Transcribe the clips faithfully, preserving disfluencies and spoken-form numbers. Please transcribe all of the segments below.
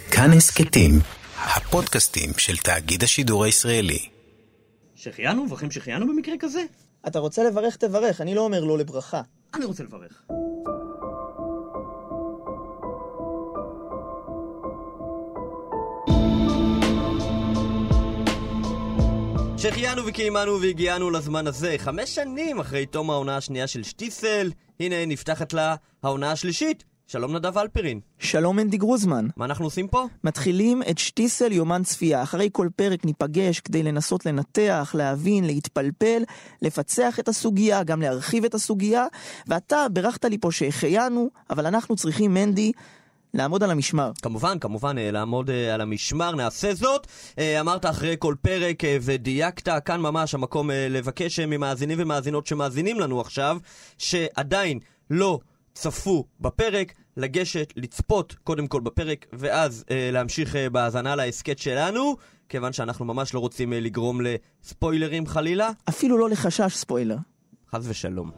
כאן הסקטים, הפודקאסטים של תאגיד השידור הישראלי. שחיינו, מברכים שחיינו במקרה כזה? אתה רוצה לברך, תברך, אני לא אומר לא לברכה. אני רוצה לברך. שחיינו וקיימנו והגיענו לזמן הזה, חמש שנים אחרי תום העונה השנייה של שטיסל, הנה נפתחת לה העונה השלישית. שלום נדב אלפרין. שלום אנדי גרוזמן. מה אנחנו עושים פה? מתחילים את שטיסל יומן צפייה. אחרי כל פרק ניפגש כדי לנסות לנתח, להבין, להתפלפל, לפצח את הסוגיה, גם להרחיב את הסוגיה. ואתה ברכת לי פה שהחיינו, אבל אנחנו צריכים, אנדי, לעמוד על המשמר. כמובן, כמובן, לעמוד על המשמר, נעשה זאת. אמרת אחרי כל פרק ודייקת, כאן ממש המקום לבקש ממאזינים ומאזינות שמאזינים לנו עכשיו, שעדיין לא צפו בפרק, לגשת, לצפות קודם כל בפרק, ואז אה, להמשיך אה, בהאזנה להסקט שלנו, כיוון שאנחנו ממש לא רוצים אה, לגרום לספוילרים חלילה. אפילו לא לחשש ספוילר. חס ושלום.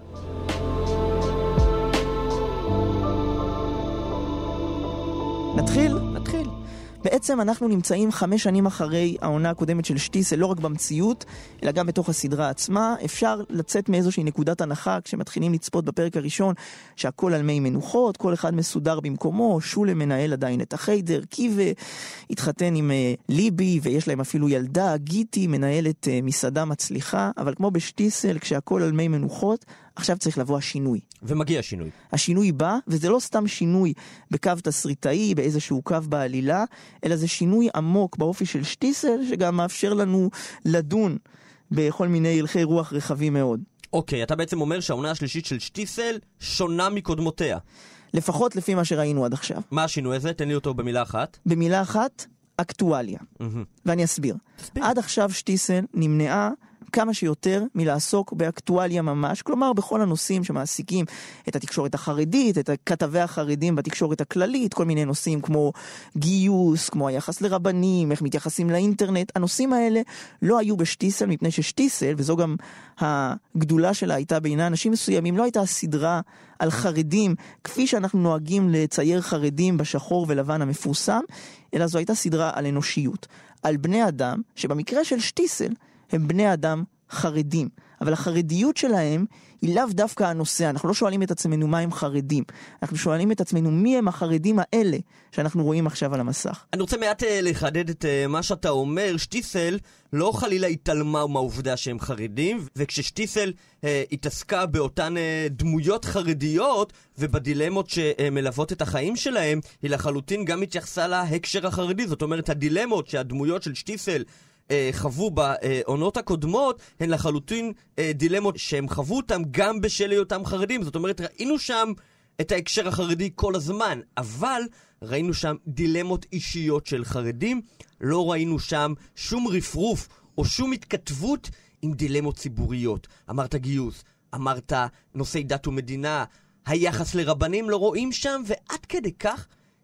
נתחיל? נתחיל. בעצם אנחנו נמצאים חמש שנים אחרי העונה הקודמת של שטיסל, לא רק במציאות, אלא גם בתוך הסדרה עצמה. אפשר לצאת מאיזושהי נקודת הנחה כשמתחילים לצפות בפרק הראשון, שהכל על מי מנוחות, כל אחד מסודר במקומו, שולם מנהל עדיין את החיידר, קיווה התחתן עם uh, ליבי, ויש להם אפילו ילדה, גיטי מנהלת uh, מסעדה מצליחה, אבל כמו בשטיסל, כשהכל על מי מנוחות, עכשיו צריך לבוא השינוי. ומגיע השינוי. השינוי בא, וזה לא סתם שינוי בקו תסריטאי, באיזשהו קו בעלילה, אלא זה שינוי עמוק באופי של שטיסל, שגם מאפשר לנו לדון בכל מיני הלכי רוח רחבים מאוד. אוקיי, אתה בעצם אומר שהעונה השלישית של שטיסל שונה מקודמותיה. לפחות לפי מה שראינו עד עכשיו. מה השינוי הזה? תן לי אותו במילה אחת. במילה אחת, אקטואליה. Mm-hmm. ואני אסביר. תסביר. עד עכשיו שטיסל נמנעה כמה שיותר מלעסוק באקטואליה ממש, כלומר בכל הנושאים שמעסיקים את התקשורת החרדית, את כתבי החרדים בתקשורת הכללית, כל מיני נושאים כמו גיוס, כמו היחס לרבנים, איך מתייחסים לאינטרנט. הנושאים האלה לא היו בשטיסל, מפני ששטיסל, וזו גם הגדולה שלה הייתה בעיני אנשים מסוימים, לא הייתה סדרה על חרדים, כפי שאנחנו נוהגים לצייר חרדים בשחור ולבן המפורסם, אלא זו הייתה סדרה על אנושיות, על בני אדם, שבמקרה של שטיסל, הם בני אדם חרדים, אבל החרדיות שלהם היא לאו דווקא הנושא. אנחנו לא שואלים את עצמנו מה הם חרדים, אנחנו שואלים את עצמנו מי הם החרדים האלה שאנחנו רואים עכשיו על המסך. אני רוצה מעט לחדד את מה שאתה אומר. שטיסל לא חלילה התעלמה מהעובדה שהם חרדים, וכששטיסל אה, התעסקה באותן אה, דמויות חרדיות ובדילמות שמלוות את החיים שלהם, היא לחלוטין גם התייחסה להקשר החרדי. זאת אומרת, הדילמות שהדמויות של שטיסל חוו בעונות הקודמות הן לחלוטין דילמות שהם חוו אותם גם בשל היותם חרדים. זאת אומרת, ראינו שם את ההקשר החרדי כל הזמן, אבל ראינו שם דילמות אישיות של חרדים, לא ראינו שם שום רפרוף או שום התכתבות עם דילמות ציבוריות. אמרת גיוס, אמרת נושאי דת ומדינה, היחס לרבנים, לא רואים שם, ועד כדי כך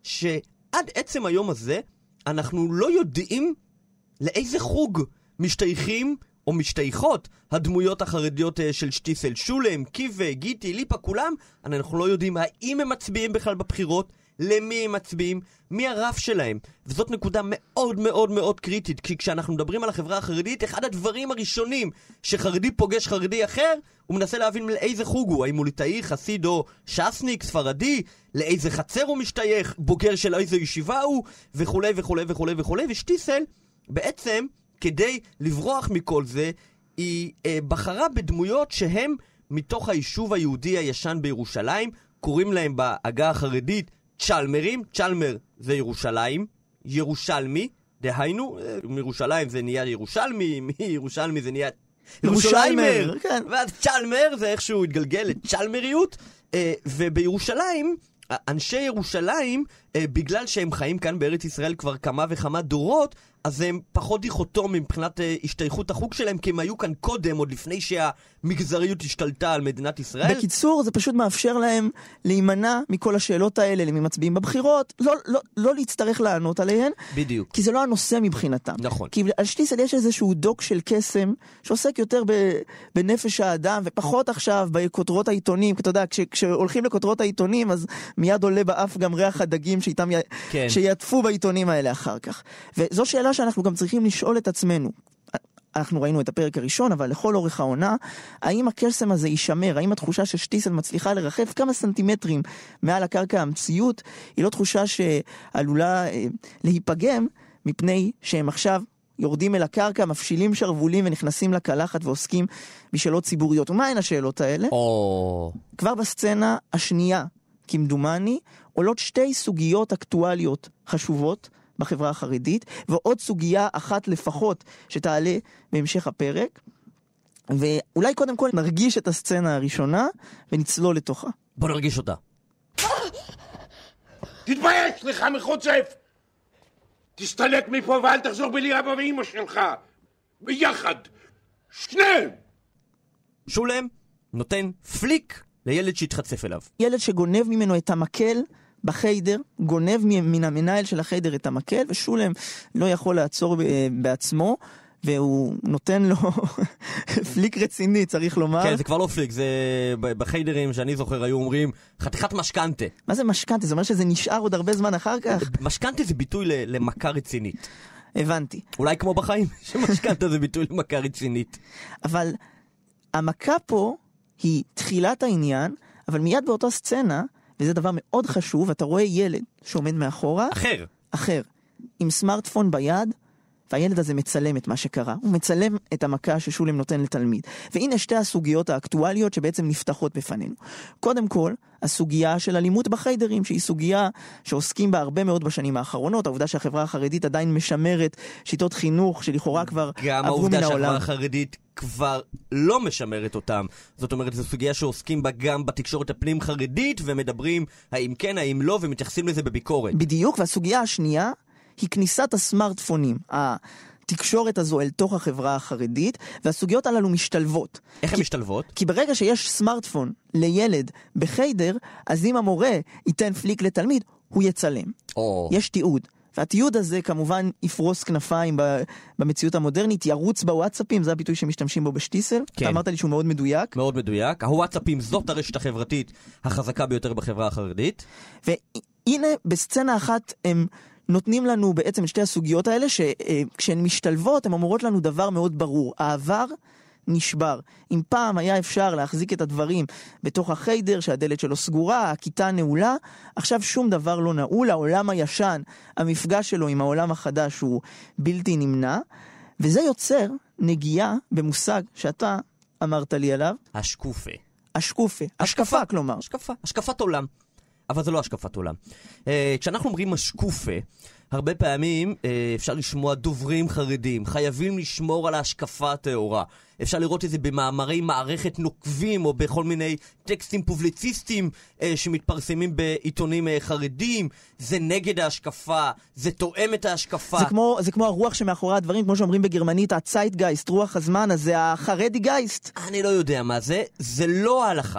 שעד עצם היום הזה אנחנו לא יודעים לאיזה חוג משתייכים או משתייכות הדמויות החרדיות של שטיסל. שולם, קיווה, גיטי, ליפה, כולם, אנחנו לא יודעים האם הם מצביעים בכלל בבחירות, למי הם מצביעים, מי הרף שלהם. וזאת נקודה מאוד מאוד מאוד קריטית, כי כשאנחנו מדברים על החברה החרדית, אחד הדברים הראשונים שחרדי פוגש חרדי אחר, הוא מנסה להבין לאיזה חוג הוא, האם הוא ליטאי, חסיד או שסניק, ספרדי, לאיזה חצר הוא משתייך, בוגר של איזו ישיבה הוא, וכו' וכו' וכו' וכו'. ושטיסל בעצם, כדי לברוח מכל זה, היא אה, בחרה בדמויות שהם מתוך היישוב היהודי הישן בירושלים, קוראים להם בהגה החרדית צ'למרים. צ'למר זה ירושלים, ירושלמי, דהיינו, אה, מירושלים זה נהיה ירושלמי, מירושלמי זה נהיה ירושליימר, כן. ואז צ'למר זה איכשהו התגלגל לצ'למריות, אה, ובירושלים, אנשי ירושלים, אה, בגלל שהם חיים כאן בארץ ישראל כבר כמה וכמה דורות, אז הם פחות דיכוטומיים מבחינת אה, השתייכות החוג שלהם, כי הם היו כאן קודם, עוד לפני שהמגזריות השתלטה על מדינת ישראל. בקיצור, זה פשוט מאפשר להם להימנע מכל השאלות האלה, למי מצביעים בבחירות, לא, לא, לא להצטרך לענות עליהן. בדיוק. כי זה לא הנושא מבחינתם. נכון. כי על שטיסל יש איזשהו דוק של קסם, שעוסק יותר ב, בנפש האדם, ופחות עכשיו בכותרות העיתונים. כי אתה יודע, כש, כשהולכים לכותרות העיתונים, אז מיד עולה באף גם ריח הדגים שאיתם י... כן. שיעטפו בעיתונים האלה אחר כך. וזו שאלה שאנחנו גם צריכים לשאול את עצמנו. אנחנו ראינו את הפרק הראשון, אבל לכל אורך העונה, האם הקסם הזה יישמר? האם התחושה ששטיסל מצליחה לרחף כמה סנטימטרים מעל הקרקע המציאות, היא לא תחושה שעלולה אה, להיפגם, מפני שהם עכשיו יורדים אל הקרקע, מפשילים שרבולים ונכנסים לקלחת ועוסקים בשאלות ציבוריות. ומהן השאלות האלה? או... כבר בסצנה השנייה, כמדומני, עולות שתי סוגיות אקטואליות חשובות, בחברה החרדית, ועוד סוגיה אחת לפחות שתעלה בהמשך הפרק. ואולי קודם כל נרגיש את הסצנה הראשונה ונצלול לתוכה. בוא נרגיש אותה. תתבייש לך מחוצף! תסתלק מפה ואל תחזור בלי אבא ואמא שלך! ביחד! שניהם! שולם נותן פליק לילד שהתחצף אליו. ילד שגונב ממנו את המקל בחיידר, גונב מן המנהל של החיידר את המקל, ושולם לא יכול לעצור בעצמו, והוא נותן לו פליק רציני, צריך לומר. כן, זה כבר לא פליק, זה בחיידרים שאני זוכר היו אומרים חתיכת משכנתה. מה זה משכנתה? זה אומר שזה נשאר עוד הרבה זמן אחר כך? משכנתה זה ביטוי למכה רצינית. הבנתי. אולי כמו בחיים, שמשכנתה זה ביטוי למכה רצינית. אבל המכה פה היא תחילת העניין, אבל מיד באותה סצנה, וזה דבר מאוד חשוב, אתה רואה ילד שעומד מאחורה. אחר. אחר. עם סמארטפון ביד, והילד הזה מצלם את מה שקרה. הוא מצלם את המכה ששולם נותן לתלמיד. והנה שתי הסוגיות האקטואליות שבעצם נפתחות בפנינו. קודם כל, הסוגיה של אלימות בחיידרים, שהיא סוגיה שעוסקים בה הרבה מאוד בשנים האחרונות. העובדה שהחברה החרדית עדיין משמרת שיטות חינוך שלכאורה כבר עברו מן העולם. גם העובדה שהחברה החרדית כבר לא משמרת אותם. זאת אומרת, זו סוגיה שעוסקים בה גם בתקשורת הפנים חרדית, ומדברים האם כן, האם לא, ומתייחסים לזה בביקורת. בדיוק, והסוגיה השנייה היא כניסת הסמארטפונים, התקשורת הזו אל תוך החברה החרדית, והסוגיות הללו משתלבות. איך כי, הן משתלבות? כי ברגע שיש סמארטפון לילד בחיידר, אז אם המורה ייתן פליק לתלמיד, הוא יצלם. או... יש תיעוד. והתיעוד הזה כמובן יפרוס כנפיים במציאות המודרנית, ירוץ בוואטסאפים, זה הביטוי שמשתמשים בו בשטיסל. כן. אתה אמרת לי שהוא מאוד מדויק. מאוד מדויק. הוואטסאפים זאת הרשת החברתית החזקה ביותר בחברה החרדית. והנה בסצנה אחת הם נותנים לנו בעצם את שתי הסוגיות האלה, שכשהן משתלבות, הן אמורות לנו דבר מאוד ברור. העבר נשבר. אם פעם היה אפשר להחזיק את הדברים בתוך החיידר, שהדלת שלו סגורה, הכיתה נעולה, עכשיו שום דבר לא נעול, העולם הישן, המפגש שלו עם העולם החדש הוא בלתי נמנע, וזה יוצר נגיעה במושג שאתה אמרת לי עליו. השקופה. השקופה. השקפה, כלומר. השקפה. השקפת עולם. אבל זה לא השקפת עולם. Uh, כשאנחנו אומרים השקופה, הרבה פעמים uh, אפשר לשמוע דוברים חרדים, חייבים לשמור על ההשקפה התאורה. אפשר לראות את זה במאמרי מערכת נוקבים, או בכל מיני טקסטים פובליציסטיים uh, שמתפרסמים בעיתונים uh, חרדים. זה נגד ההשקפה, זה תואם את ההשקפה. זה כמו, זה כמו הרוח שמאחורי הדברים, כמו שאומרים בגרמנית, הצייטגייסט, רוח הזמן, אז זה החרדי גייסט. אני לא יודע מה זה, זה לא ההלכה.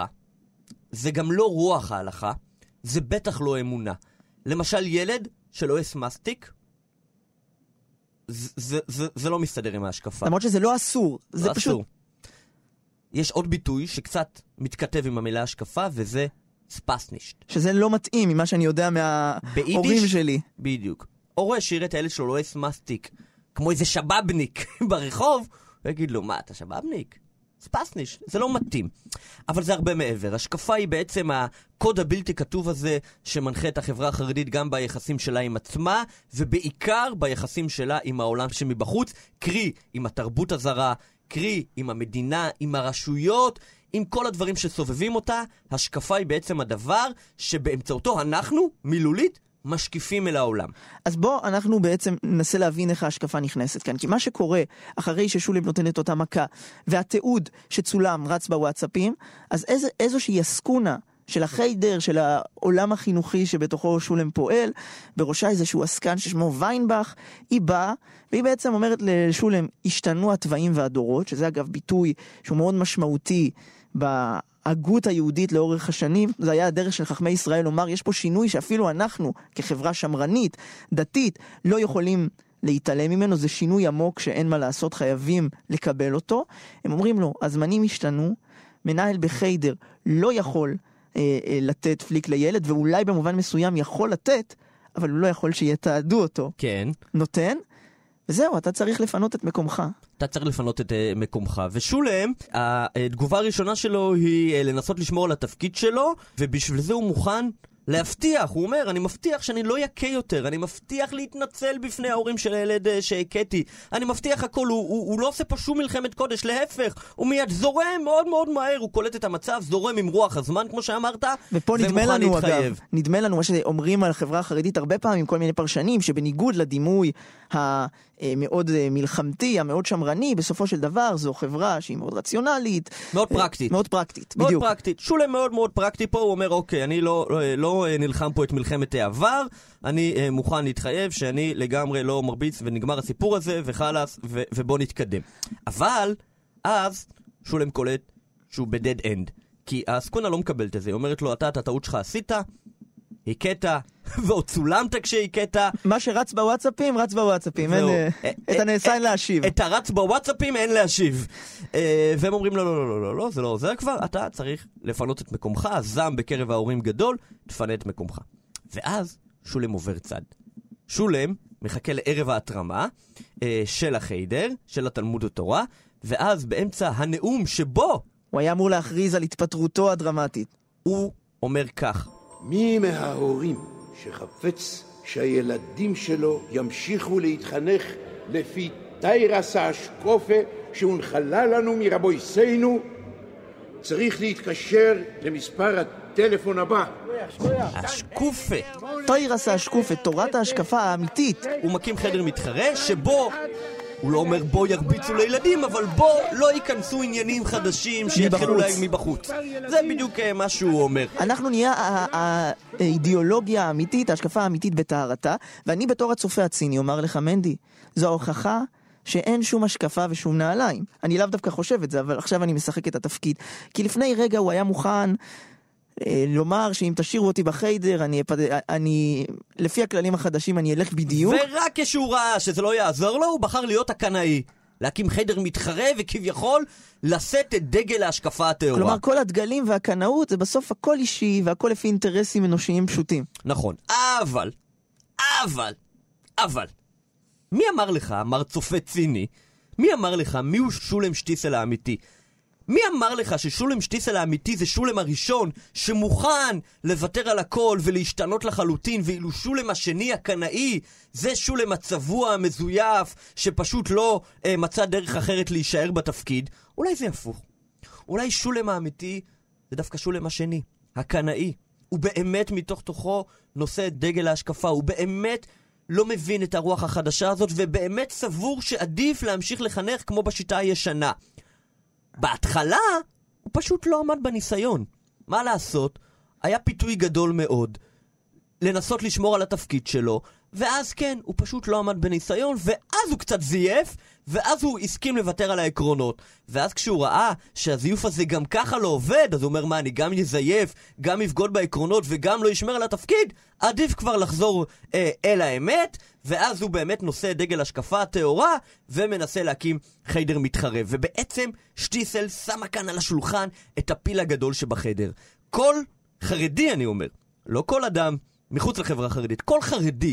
זה גם לא רוח ההלכה. זה בטח לא אמונה. למשל, ילד שלא מסטיק, זה, זה, זה, זה לא מסתדר עם ההשקפה. למרות שזה לא אסור. לא זה אסור. פשוט... יש עוד ביטוי שקצת מתכתב עם המילה השקפה, וזה ספסנישט. שזה לא מתאים ממה שאני יודע מההורים ביידיש, שלי. בדיוק. הורה שיראה את הילד שלו לא מסטיק, כמו איזה שבבניק ברחוב, הוא יגיד לו, מה, אתה שבבניק? ספסניש, זה לא מתאים. אבל זה הרבה מעבר. השקפה היא בעצם הקוד הבלתי כתוב הזה שמנחה את החברה החרדית גם ביחסים שלה עם עצמה, ובעיקר ביחסים שלה עם העולם שמבחוץ, קרי עם התרבות הזרה, קרי עם המדינה, עם הרשויות, עם כל הדברים שסובבים אותה. השקפה היא בעצם הדבר שבאמצעותו אנחנו, מילולית, משקיפים אל העולם. אז בוא אנחנו בעצם ננסה להבין איך ההשקפה נכנסת כאן. כי מה שקורה אחרי ששולם נותן את אותה מכה, והתיעוד שצולם רץ בוואטסאפים, אז איז, איזושהי עסקונה של החיידר, של העולם החינוכי שבתוכו שולם פועל, בראשה איזשהו עסקן ששמו ויינבך, היא באה, והיא בעצם אומרת לשולם, השתנו התוואים והדורות, שזה אגב ביטוי שהוא מאוד משמעותי בהגות היהודית לאורך השנים. זה היה הדרך של חכמי ישראל לומר, יש פה שינוי שאפילו אנחנו, כחברה שמרנית, דתית, לא יכולים להתעלם ממנו, זה שינוי עמוק שאין מה לעשות, חייבים לקבל אותו. הם אומרים לו, הזמנים השתנו, מנהל בחיידר לא יכול אה, אה, לתת פליק לילד, ואולי במובן מסוים יכול לתת, אבל הוא לא יכול שיתעדו אותו. כן. נותן, וזהו, אתה צריך לפנות את מקומך. אתה צריך לפנות את uh, מקומך. ושולם, התגובה הראשונה שלו היא uh, לנסות לשמור על התפקיד שלו, ובשביל זה הוא מוכן להבטיח. הוא אומר, אני מבטיח שאני לא יקה יותר, אני מבטיח להתנצל בפני ההורים של הילד uh, שהקאתי. אני מבטיח הכל, הוא, הוא, הוא לא עושה פה שום מלחמת קודש, להפך. הוא מיד זורם מאוד מאוד מהר, הוא קולט את המצב, זורם עם רוח הזמן, כמו שאמרת, ופה נדמה ומוכן לנו, להתחייב. אגב, נדמה לנו מה שאומרים על החברה החרדית הרבה פעמים, כל מיני פרשנים, שבניגוד לדימוי המאוד מלחמתי, המאוד שמרני, בסופו של דבר זו חברה שהיא מאוד רציונלית. מאוד פרקטית. מאוד פרקטית, מאוד בדיוק. פרקטית. שולם מאוד מאוד פרקטי פה, הוא אומר, אוקיי, אני לא, לא, לא נלחם פה את מלחמת העבר, אני uh, מוכן להתחייב שאני לגמרי לא מרביץ ונגמר הסיפור הזה, וחלס, ו- ובוא נתקדם. אבל, אז, שולם קולט שהוא בדד אנד. כי הסקונה לא מקבלת את זה, היא אומרת לו, אתה את הטעות שלך עשית, הקטע, ועוד צולמת כשהקטע. מה שרץ בוואטסאפים, רץ בוואטסאפים. אין, את הנעשה אין להשיב. את הרץ בוואטסאפים אין להשיב. והם אומרים לו, לא, לא, לא, לא, זה לא עוזר כבר, אתה צריך לפנות את מקומך, הזעם בקרב ההורים גדול, תפנה את מקומך. ואז שולם עובר צד. שולם מחכה לערב ההתרמה של החיידר, של התלמוד התורה, ואז באמצע הנאום שבו הוא היה אמור להכריז על התפטרותו הדרמטית. הוא אומר כך: מי מההורים שחפץ שהילדים שלו ימשיכו להתחנך לפי תיירס האשקופה שהונחלה לנו מרבויסנו, צריך להתקשר למספר הטלפון הבא. השקופה. תיירס האשקופה, תורת ההשקפה האמיתית. הוא מקים חדר מתחרה שבו הוא לא אומר בו ירביצו לילדים, אבל בו לא ייכנסו עניינים חדשים שיתחילו להם מבחוץ. זה בדיוק מה שהוא אומר. אנחנו נהיה האידיאולוגיה האמיתית, ההשקפה האמיתית בטהרתה, ואני בתור הצופה הציני אומר לך, מנדי, זו ההוכחה שאין שום השקפה ושום נעליים. אני לאו דווקא חושב את זה, אבל עכשיו אני משחק את התפקיד. כי לפני רגע הוא היה מוכן לומר שאם תשאירו אותי בחיידר, אני, אני, לפי הכללים החדשים אני אלך בדיוק. ורק כשהוא ראה שזה לא יעזור לו, הוא בחר להיות הקנאי. להקים חיידר מתחרה וכביכול לשאת את דגל ההשקפה הטהורה. כלומר, כל הדגלים והקנאות זה בסוף הכל אישי והכל לפי אינטרסים אנושיים פשוטים. נכון. אבל, אבל, אבל, מי אמר לך, אמר צופה ציני, מי אמר לך מי הוא שולם שטיסל האמיתי? מי אמר לך ששולם שטיסל האמיתי זה שולם הראשון שמוכן לוותר על הכל ולהשתנות לחלוטין, ואילו שולם השני הקנאי זה שולם הצבוע המזויף שפשוט לא אה, מצא דרך אחרת להישאר בתפקיד? אולי זה הפוך. אולי שולם האמיתי זה דווקא שולם השני, הקנאי. הוא באמת מתוך תוכו נושא את דגל ההשקפה, הוא באמת לא מבין את הרוח החדשה הזאת ובאמת סבור שעדיף להמשיך לחנך כמו בשיטה הישנה. בהתחלה הוא פשוט לא עמד בניסיון. מה לעשות? היה פיתוי גדול מאוד לנסות לשמור על התפקיד שלו, ואז כן, הוא פשוט לא עמד בניסיון, ואז הוא קצת זייף, ואז הוא הסכים לוותר על העקרונות. ואז כשהוא ראה שהזיוף הזה גם ככה לא עובד, אז הוא אומר, מה, אני גם יזייף, גם יבגוד בעקרונות וגם לא ישמר על התפקיד? עדיף כבר לחזור אה, אל האמת, ואז הוא באמת נושא דגל השקפה הטהורה, ומנסה להקים חיידר מתחרה. ובעצם שטיסל שמה כאן על השולחן את הפיל הגדול שבחדר. כל חרדי, אני אומר, לא כל אדם מחוץ לחברה החרדית, כל חרדי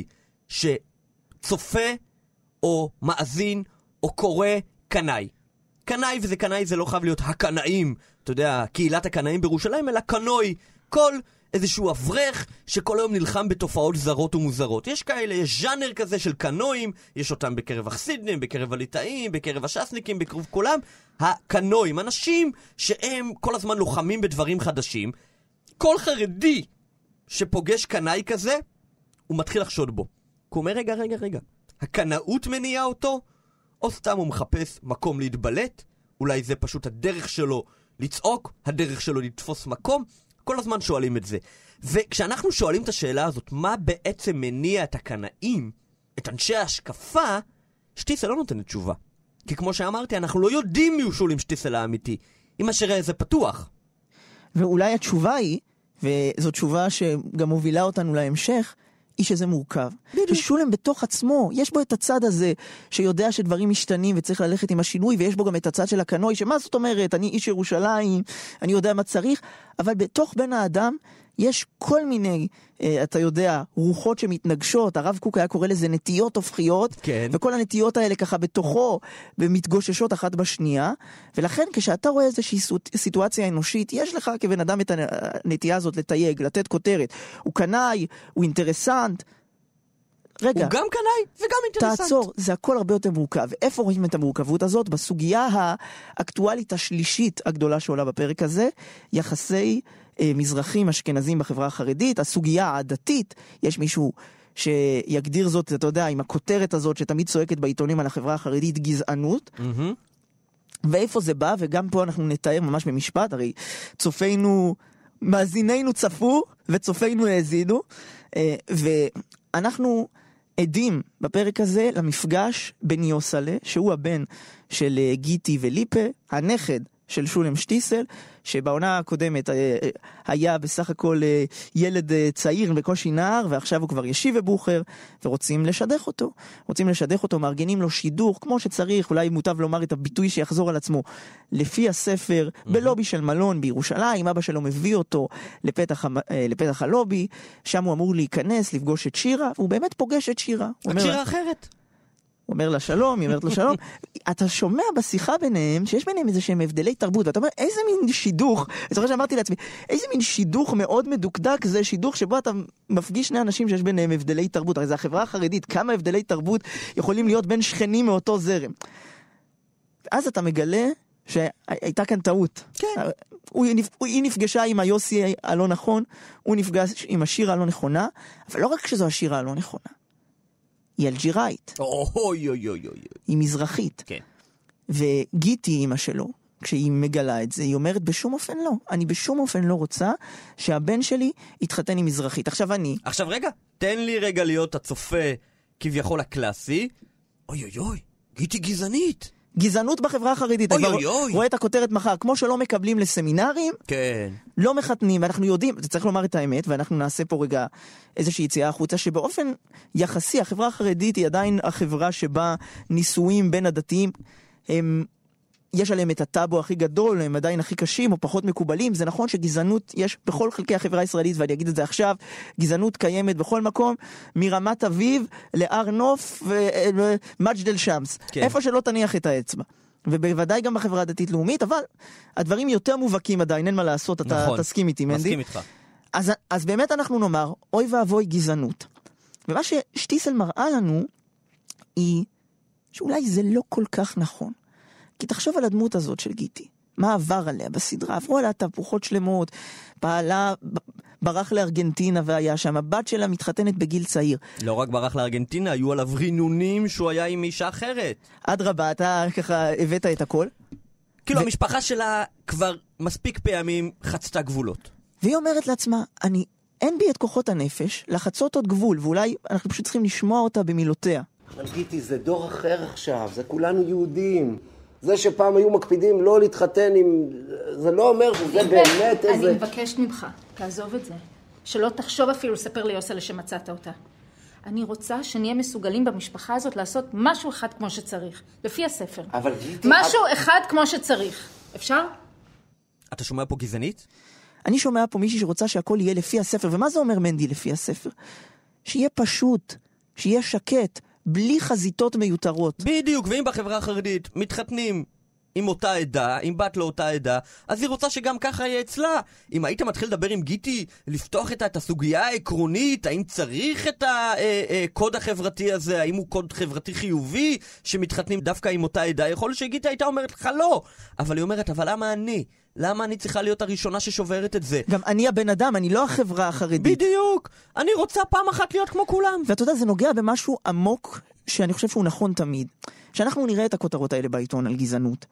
שצופה או מאזין או קורא קנאי. קנאי, וזה קנאי, זה לא חייב להיות הקנאים, אתה יודע, קהילת הקנאים בירושלים, אלא קנוי, כל איזשהו אברך שכל היום נלחם בתופעות זרות ומוזרות. יש כאלה, יש ז'אנר כזה של קנויים, יש אותם בקרב החסידים, בקרב הליטאים, בקרב השסניקים, בקרב כולם. הקנויים, אנשים שהם כל הזמן לוחמים בדברים חדשים. כל חרדי שפוגש קנאי כזה, הוא מתחיל לחשוד בו. הוא אומר, רגע, רגע, רגע, הקנאות מניעה אותו? או סתם הוא מחפש מקום להתבלט? אולי זה פשוט הדרך שלו לצעוק, הדרך שלו לתפוס מקום? כל הזמן שואלים את זה. וכשאנחנו שואלים את השאלה הזאת, מה בעצם מניע את הקנאים, את אנשי ההשקפה, שטיסל לא נותנת תשובה. כי כמו שאמרתי, אנחנו לא יודעים מי הוא שולם שטיסל האמיתי. אם אשר זה פתוח. ואולי התשובה היא, וזו תשובה שגם מובילה אותנו להמשך, היא שזה מורכב. ושולם בתוך עצמו, יש בו את הצד הזה שיודע שדברים משתנים וצריך ללכת עם השינוי, ויש בו גם את הצד של הקנוי, שמה זאת אומרת? אני איש ירושלים, אני יודע מה צריך, אבל בתוך בן האדם יש כל מיני, אתה יודע, רוחות שמתנגשות, הרב קוק היה קורא לזה נטיות הופכיות, כן. וכל הנטיות האלה ככה בתוכו, ומתגוששות אחת בשנייה, ולכן כשאתה רואה איזושהי סיטואציה אנושית, יש לך כבן אדם את הנטייה הזאת לתייג, לתת כותרת. הוא קנאי, הוא אינטרסנט, רגע. הוא גם קנאי וגם אינטרסנט. תעצור, זה הכל הרבה יותר מורכב. איפה רואים את המורכבות הזאת? בסוגיה האקטואלית השלישית הגדולה שעולה בפרק הזה, יחסי אה, מזרחים אשכנזים בחברה החרדית, הסוגיה העדתית, יש מישהו שיגדיר זאת, אתה יודע, עם הכותרת הזאת שתמיד צועקת בעיתונים על החברה החרדית, גזענות. Mm-hmm. ואיפה זה בא, וגם פה אנחנו נתאר ממש במשפט, הרי צופינו, מאזינינו צפו וצופינו האזינו, אה, ואנחנו עדים בפרק הזה למפגש בין יוסלה, שהוא הבן של גיטי וליפה, הנכד של שולם שטיסל, שבעונה הקודמת היה בסך הכל ילד צעיר בקושי נער, ועכשיו הוא כבר ישיב בבוחר, ורוצים לשדך אותו. רוצים לשדך אותו, מארגנים לו שידוך, כמו שצריך, אולי מוטב לומר את הביטוי שיחזור על עצמו, לפי הספר, mm-hmm. בלובי של מלון בירושלים, אבא שלו מביא אותו לפתח, לפתח הלובי, שם הוא אמור להיכנס, לפגוש את שירה, והוא באמת פוגש את שירה. את שירה אחרת. הוא אומר לה שלום, היא אומרת לו שלום. אתה שומע בשיחה ביניהם, שיש ביניהם איזה שהם הבדלי תרבות, ואתה אומר, איזה מין שידוך, אני זוכר שאמרתי לעצמי, איזה מין שידוך מאוד מדוקדק, זה שידוך שבו אתה מפגיש שני אנשים שיש ביניהם הבדלי תרבות, הרי זה החברה החרדית, כמה הבדלי תרבות יכולים להיות בין שכנים מאותו זרם. אז אתה מגלה שהייתה כאן טעות. כן. הוא, היא נפגשה עם היוסי הלא נכון, הוא נפגש עם השיר הלא נכונה, אבל לא רק שזו השיר הלא נכונה. היא אלג'יראית. אוי אוי אוי אוי. היא מזרחית. כן. וגיטי אמא שלו, כשהיא מגלה את זה, היא אומרת בשום אופן לא. אני בשום אופן לא רוצה שהבן שלי יתחתן עם מזרחית. עכשיו אני... עכשיו רגע, תן לי רגע להיות הצופה כביכול הקלאסי. אוי אוי אוי, גיטי גזענית. גזענות בחברה החרדית. אוי אוי אוי. רואה את הכותרת מחר, כמו שלא מקבלים לסמינרים, כן. לא מחתנים, ואנחנו יודעים, זה צריך לומר את האמת, ואנחנו נעשה פה רגע איזושהי יציאה החוצה, שבאופן יחסי, החברה החרדית היא עדיין החברה שבה נישואים בין הדתיים, הם, יש עליהם את הטאבו הכי גדול, הם עדיין הכי קשים או פחות מקובלים. זה נכון שגזענות יש בכל חלקי החברה הישראלית, ואני אגיד את זה עכשיו, גזענות קיימת בכל מקום, מרמת אביב להר נוף ומג'דל שמס. כן. איפה שלא תניח את האצבע. ובוודאי גם בחברה הדתית לאומית, אבל הדברים יותר מובהקים עדיין, אין מה לעשות, אתה נכון. תסכים איתי, מנדי? מסכים איתך. אז, אז באמת אנחנו נאמר, אוי ואבוי גזענות. ומה ששטיסל מראה לנו, היא שאולי זה לא כל כך נכון. כי תחשוב על הדמות הזאת של גיטי. מה עבר עליה בסדרה? עברו עליה תהפוכות שלמות, פעלה, ברח לארגנטינה והיה שם. הבת שלה מתחתנת בגיל צעיר. לא רק ברח לארגנטינה, היו עליו רינונים שהוא היה עם אישה אחרת. עד רבה, אתה ככה הבאת את הכל. כאילו ו... המשפחה שלה כבר מספיק פעמים חצתה גבולות. והיא אומרת לעצמה, אני, אין בי את כוחות הנפש לחצות עוד גבול, ואולי אנחנו פשוט צריכים לשמוע אותה במילותיה. אבל גיטי, זה דור אחר עכשיו, זה כולנו יהודים. זה שפעם היו מקפידים לא להתחתן עם... זה לא אומר שזה באמת איזה... אני מבקשת ממך, תעזוב את זה. שלא תחשוב אפילו לספר ליוסלה שמצאת אותה. אני רוצה שנהיה מסוגלים במשפחה הזאת לעשות משהו אחד כמו שצריך, לפי הספר. אבל גיטי... משהו אחד כמו שצריך. אפשר? אתה שומע פה גזענית? אני שומע פה מישהי שרוצה שהכל יהיה לפי הספר. ומה זה אומר מנדי לפי הספר? שיהיה פשוט, שיהיה שקט, בלי חזיתות מיותרות. בדיוק, ואם בחברה החרדית מתחתנים עם אותה עדה, עם בת לאותה עדה, אז היא רוצה שגם ככה יהיה אצלה. אם היית מתחיל לדבר עם גיטי, לפתוח את, את הסוגיה העקרונית, האם צריך את הקוד החברתי הזה, האם הוא קוד חברתי חיובי, שמתחתנים דווקא עם אותה עדה, יכול שגיטי הייתה אומרת לך לא. אבל היא אומרת, אבל למה אני? למה אני צריכה להיות הראשונה ששוברת את זה? גם אני הבן אדם, אני לא החברה החרדית. בדיוק. אני רוצה פעם אחת להיות כמו כולם. ואתה יודע, זה נוגע במשהו עמוק שאני חושב שהוא נכון תמיד. שאנחנו נראה את הכותרות האלה בעיתון על גזענות.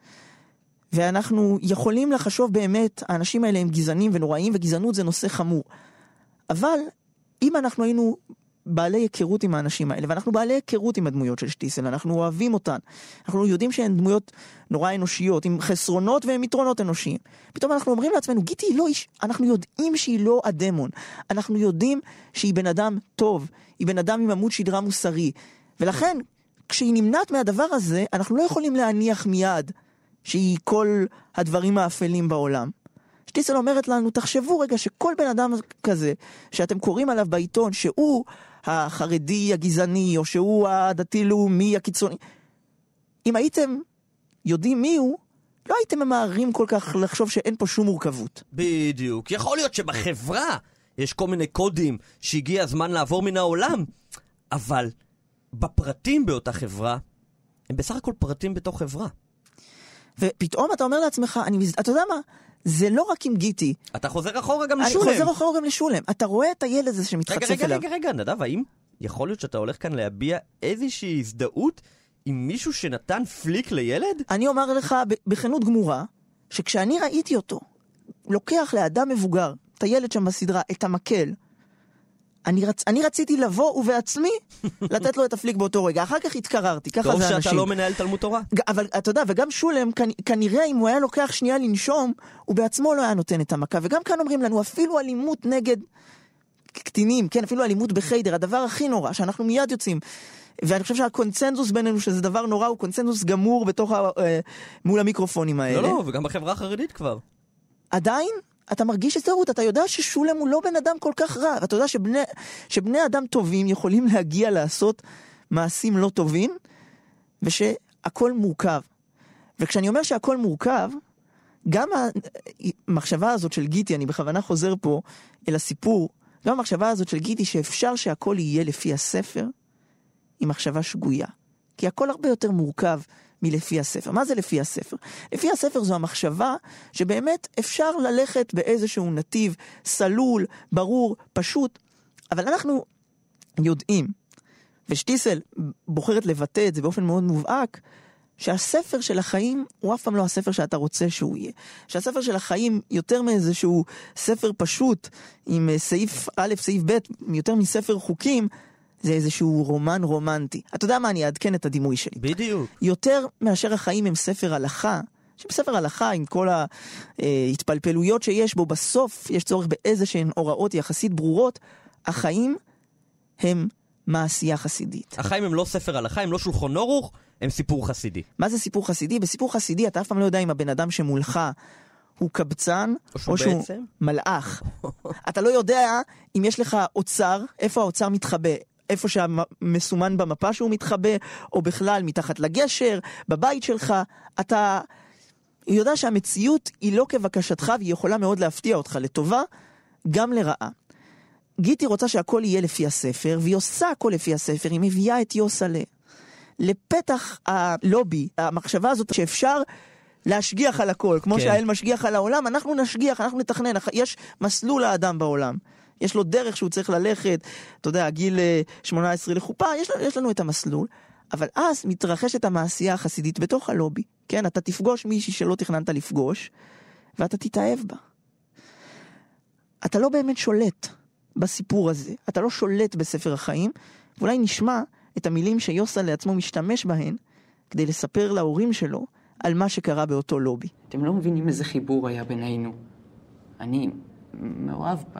ואנחנו יכולים לחשוב באמת, האנשים האלה הם גזענים ונוראים, וגזענות זה נושא חמור. אבל אם אנחנו היינו בעלי היכרות עם האנשים האלה, ואנחנו בעלי היכרות עם הדמויות של שטיסל, אנחנו אוהבים אותן, אנחנו יודעים שהן דמויות נורא אנושיות, עם חסרונות ועם יתרונות אנושיים. פתאום אנחנו אומרים לעצמנו, גיטי היא לא איש, אנחנו יודעים שהיא לא הדמון, אנחנו יודעים שהיא בן אדם טוב, היא בן אדם עם עמוד שדרה מוסרי, ולכן, כשהיא נמנעת מהדבר הזה, אנחנו לא יכולים להניח מיד שהיא כל הדברים האפלים בעולם. שטיסל אומרת לנו, תחשבו רגע שכל בן אדם כזה, שאתם קוראים עליו בעיתון, שהוא החרדי הגזעני, או שהוא הדתי-לאומי הקיצוני, אם הייתם יודעים מי הוא, לא הייתם ממהרים כל כך לחשוב שאין פה שום מורכבות. בדיוק. יכול להיות שבחברה יש כל מיני קודים שהגיע הזמן לעבור מן העולם, אבל בפרטים באותה חברה, הם בסך הכל פרטים בתוך חברה. ופתאום אתה אומר לעצמך, אני, אתה יודע מה? זה לא רק עם גיטי. אתה חוזר אחורה גם אני לשולם. חוזר אחורה גם לשולם. אתה רואה את הילד הזה שמתחצף רגע, אליו. רגע, רגע, רגע, נדב, האם יכול להיות שאתה הולך כאן להביע איזושהי הזדהות עם מישהו שנתן פליק לילד? אני אומר לך בכנות גמורה, שכשאני ראיתי אותו, לוקח לאדם מבוגר, את הילד שם בסדרה, את המקל, אני, רצ... אני רציתי לבוא ובעצמי לתת לו את הפליק באותו רגע. אחר כך התקררתי, ככה זה אנשים. טוב שאתה לא מנהל תלמוד תורה. אבל אתה יודע, וגם שולם, כנראה אם הוא היה לוקח שנייה לנשום, הוא בעצמו לא היה נותן את המכה. וגם כאן אומרים לנו, אפילו אלימות נגד קטינים, כן, אפילו אלימות בחיידר, הדבר הכי נורא, שאנחנו מיד יוצאים. ואני חושב שהקונצנזוס בינינו, שזה דבר נורא, הוא קונצנזוס גמור בתוך ה... מול המיקרופונים האלה. לא, לא, וגם בחברה החרדית כבר. עדיין, אתה מרגיש הזדהות, אתה יודע ששולם הוא לא בן אדם כל כך רע, ואתה יודע שבני, שבני אדם טובים יכולים להגיע לעשות מעשים לא טובים, ושהכל מורכב. וכשאני אומר שהכל מורכב, גם המחשבה הזאת של גיטי, אני בכוונה חוזר פה אל הסיפור, גם המחשבה הזאת של גיטי שאפשר שהכל יהיה לפי הספר, היא מחשבה שגויה. כי הכל הרבה יותר מורכב מלפי הספר. מה זה לפי הספר? לפי הספר זו המחשבה שבאמת אפשר ללכת באיזשהו נתיב סלול, ברור, פשוט, אבל אנחנו יודעים, ושטיסל בוחרת לבטא את זה באופן מאוד מובהק, שהספר של החיים הוא אף פעם לא הספר שאתה רוצה שהוא יהיה. שהספר של החיים יותר מאיזשהו ספר פשוט, עם סעיף א', סעיף ב', יותר מספר חוקים, זה איזשהו רומן רומנטי. אתה יודע מה? אני אעדכן את הדימוי שלי. בדיוק. יותר מאשר החיים הם ספר הלכה, שבספר הלכה עם כל ההתפלפלויות שיש בו, בסוף יש צורך באיזשהן הוראות יחסית ברורות, החיים הם מעשייה חסידית. החיים הם לא ספר הלכה, הם לא שולחן ערוך, הם סיפור חסידי. מה זה סיפור חסידי? בסיפור חסידי אתה אף פעם לא יודע אם הבן אדם שמולך הוא קבצן, או שהוא, או שהוא בעצם מלאך. אתה לא יודע אם יש לך אוצר, איפה האוצר מתחבא, איפה שמסומן במפה שהוא מתחבא, או בכלל מתחת לגשר, בבית שלך. אתה יודע שהמציאות היא לא כבקשתך, והיא יכולה מאוד להפתיע אותך לטובה, גם לרעה. גיטי רוצה שהכל יהיה לפי הספר, והיא עושה הכל לפי הספר, היא מביאה את יוסלה לפתח הלובי, המחשבה הזאת שאפשר להשגיח על הכל, כמו כן. שהאל משגיח על העולם, אנחנו נשגיח, אנחנו נתכנן, יש מסלול לאדם בעולם. יש לו דרך שהוא צריך ללכת, אתה יודע, גיל שמונה עשרה לחופה, יש לנו, יש לנו את המסלול, אבל אז מתרחשת המעשייה החסידית בתוך הלובי, כן? אתה תפגוש מישהי שלא תכננת לפגוש, ואתה תתאהב בה. אתה לא באמת שולט בסיפור הזה, אתה לא שולט בספר החיים, ואולי נשמע את המילים שיוסה לעצמו משתמש בהן, כדי לספר להורים שלו על מה שקרה באותו לובי. אתם לא מבינים איזה חיבור היה בינינו. אני מאוהב בה.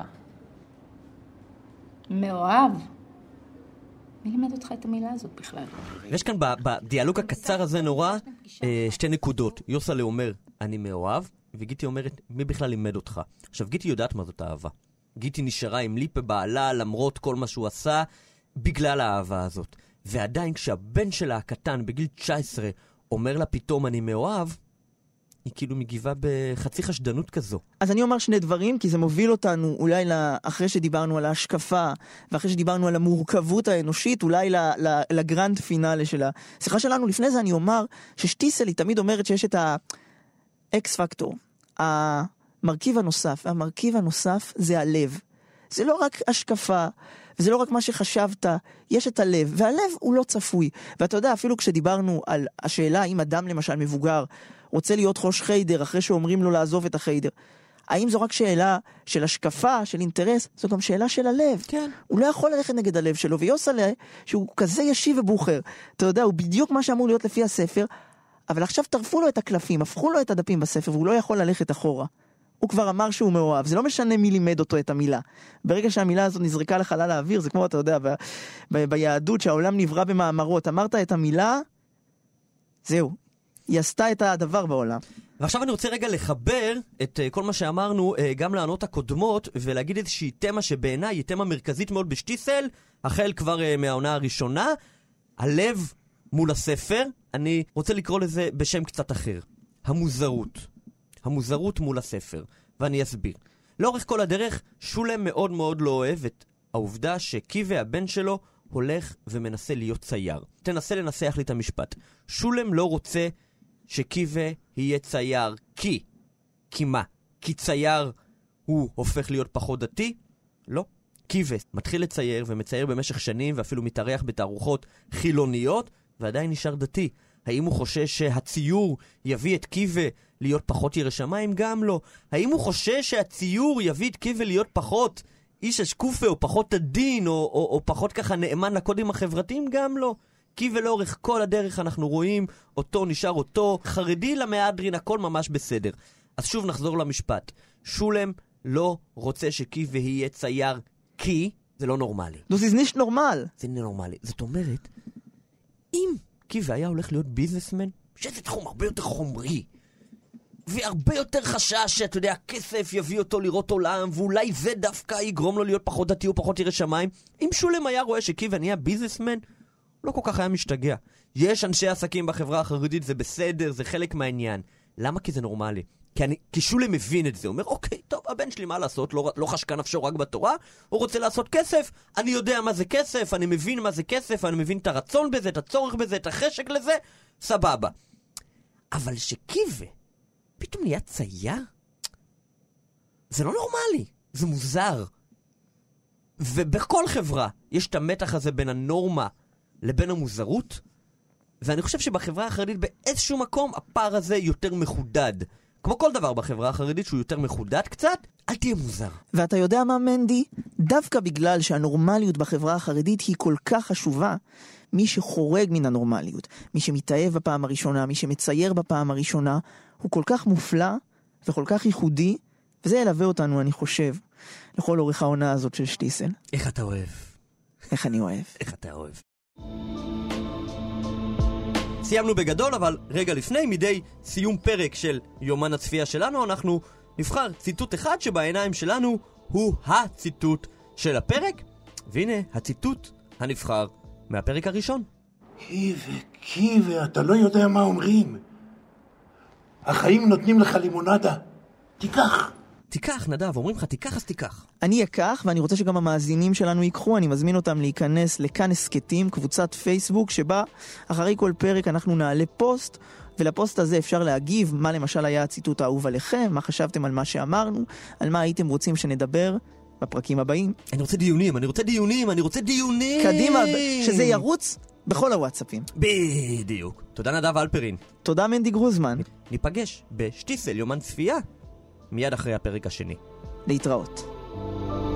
מאוהב? מי לימד אותך את המילה הזאת בכלל? יש כאן בדיאלוג הקצר הזה נורא שתי נקודות. יוסלה אומר, אני מאוהב, וגיטי אומרת, מי בכלל לימד אותך? עכשיו, גיטי יודעת מה זאת אהבה. גיטי נשארה עם ליפה בעלה, למרות כל מה שהוא עשה, בגלל האהבה הזאת. ועדיין כשהבן שלה הקטן בגיל תשע עשרה אומר לה פתאום אני מאוהב, היא כאילו מגיבה בחצי חשדנות כזו. אז אני אומר שני דברים, כי זה מוביל אותנו אולי אחרי שדיברנו על ההשקפה, ואחרי שדיברנו על המורכבות האנושית, אולי לגרנד פינאלה של השיחה שלנו. לפני זה אני אומר ששטיסל היא תמיד אומרת שיש את האקס פקטור, המרכיב הנוסף, והמרכיב הנוסף זה הלב. זה לא רק השקפה, וזה לא רק מה שחשבת, יש את הלב, והלב הוא לא צפוי. ואתה יודע, אפילו כשדיברנו על השאלה אם אדם למשל מבוגר רוצה להיות חוש חיידר אחרי שאומרים לו לעזוב את החיידר, האם זו רק שאלה של השקפה, של אינטרס? זו גם שאלה של הלב. כן. הוא לא יכול ללכת נגד הלב שלו, ויוסלה, שהוא כזה ישיב ובוחר, אתה יודע, הוא בדיוק מה שאמור להיות לפי הספר, אבל עכשיו טרפו לו את הקלפים, הפכו לו את הדפים בספר, והוא לא יכול ללכת אחורה. הוא כבר אמר שהוא מאוהב, זה לא משנה מי לימד אותו את המילה. ברגע שהמילה הזאת נזרקה לחלל האוויר, זה כמו, אתה יודע, ב- ב- ביהדות שהעולם נברא במאמרות, אמרת את המילה, זהו. היא עשתה את הדבר בעולם. ועכשיו אני רוצה רגע לחבר את uh, כל מה שאמרנו uh, גם לענות הקודמות, ולהגיד איזושהי תמה שבעיניי היא תמה מרכזית מאוד בשטיסל, החל כבר uh, מהעונה הראשונה, הלב מול הספר. אני רוצה לקרוא לזה בשם קצת אחר. המוזרות. המוזרות מול הספר. ואני אסביר. לאורך כל הדרך, שולם מאוד מאוד לא אוהב את העובדה שקיווה הבן שלו הולך ומנסה להיות צייר. תנסה לנסח לי את המשפט. שולם לא רוצה שקיווה יהיה צייר. כי. כי מה? כי צייר הוא הופך להיות פחות דתי? לא. קיווה מתחיל לצייר ומצייר במשך שנים ואפילו מתארח בתערוכות חילוניות ועדיין נשאר דתי. האם הוא חושש שהציור יביא את קיווה להיות פחות ירא שמיים? גם לא. האם הוא חושש שהציור יביא את קיווה להיות פחות איש השקופה או פחות עדין או, או, או פחות ככה נאמן לקודים החברתיים? גם לא. קיווה לאורך כל הדרך אנחנו רואים אותו נשאר אותו, חרדי למהדרין, הכל ממש בסדר. אז שוב נחזור למשפט. שולם לא רוצה שקיווה יהיה צייר כי זה לא נורמלי. Das ist nicht normal. זה נורמלי. זאת אומרת, אם קיווה היה הולך להיות ביזנסמן, שזה תחום הרבה יותר חומרי, והרבה יותר חשש שאתה יודע, הכסף יביא אותו לראות עולם, ואולי זה דווקא יגרום לו להיות פחות דתי או פחות ירא שמיים, אם שולם היה רואה שקיווה נהיה ביזנסמן, לא כל כך היה משתגע. יש אנשי עסקים בחברה החרדית, זה בסדר, זה חלק מהעניין. למה? כי זה נורמלי. כי, אני, כי שולם מבין את זה, הוא אומר, אוקיי, טוב, הבן שלי מה לעשות, לא, לא חשקה נפשו רק בתורה, הוא רוצה לעשות כסף, אני יודע מה זה כסף, אני מבין מה זה כסף, אני מבין את הרצון בזה, את הצורך בזה, את החשק לזה, סבבה. אבל שקיווה פתאום נהיה צייר? זה לא נורמלי, זה מוזר. ובכל חברה יש את המתח הזה בין הנורמה לבין המוזרות, ואני חושב שבחברה החרדית באיזשהו מקום הפער הזה יותר מחודד. כמו כל דבר בחברה החרדית שהוא יותר מחודד קצת, אל תהיה מוזר. ואתה יודע מה, מנדי? דווקא בגלל שהנורמליות בחברה החרדית היא כל כך חשובה, מי שחורג מן הנורמליות, מי שמתאהב בפעם הראשונה, מי שמצייר בפעם הראשונה, הוא כל כך מופלא וכל כך ייחודי, וזה ילווה אותנו, אני חושב, לכל אורך העונה הזאת של שטיסל. איך אתה אוהב? איך אני אוהב? איך אתה אוהב? סיימנו בגדול, אבל רגע לפני, מדי סיום פרק של יומן הצפייה שלנו, אנחנו נבחר ציטוט אחד שבעיניים שלנו הוא הציטוט של הפרק, והנה הציטוט הנבחר מהפרק הראשון. קיווה, קיווה, אתה לא יודע מה אומרים. החיים נותנים לך לימונדה. תיקח. תיקח, נדב, אומרים לך תיקח אז תיקח. אני אקח, ואני רוצה שגם המאזינים שלנו ייקחו. אני מזמין אותם להיכנס לכאן הסקטים, קבוצת פייסבוק, שבה אחרי כל פרק אנחנו נעלה פוסט, ולפוסט הזה אפשר להגיב מה למשל היה הציטוט האהוב עליכם, מה חשבתם על מה שאמרנו, על מה הייתם רוצים שנדבר בפרקים הבאים. אני רוצה דיונים, אני רוצה דיונים, אני רוצה דיונים. קדימה, שזה ירוץ בכל הוואטסאפים. בדיוק. תודה נדב אלפרין. תודה מנדי גרוזמן. ניפגש בשטיסל יומן צפייה מיד אחרי הפרק השני. להתראות.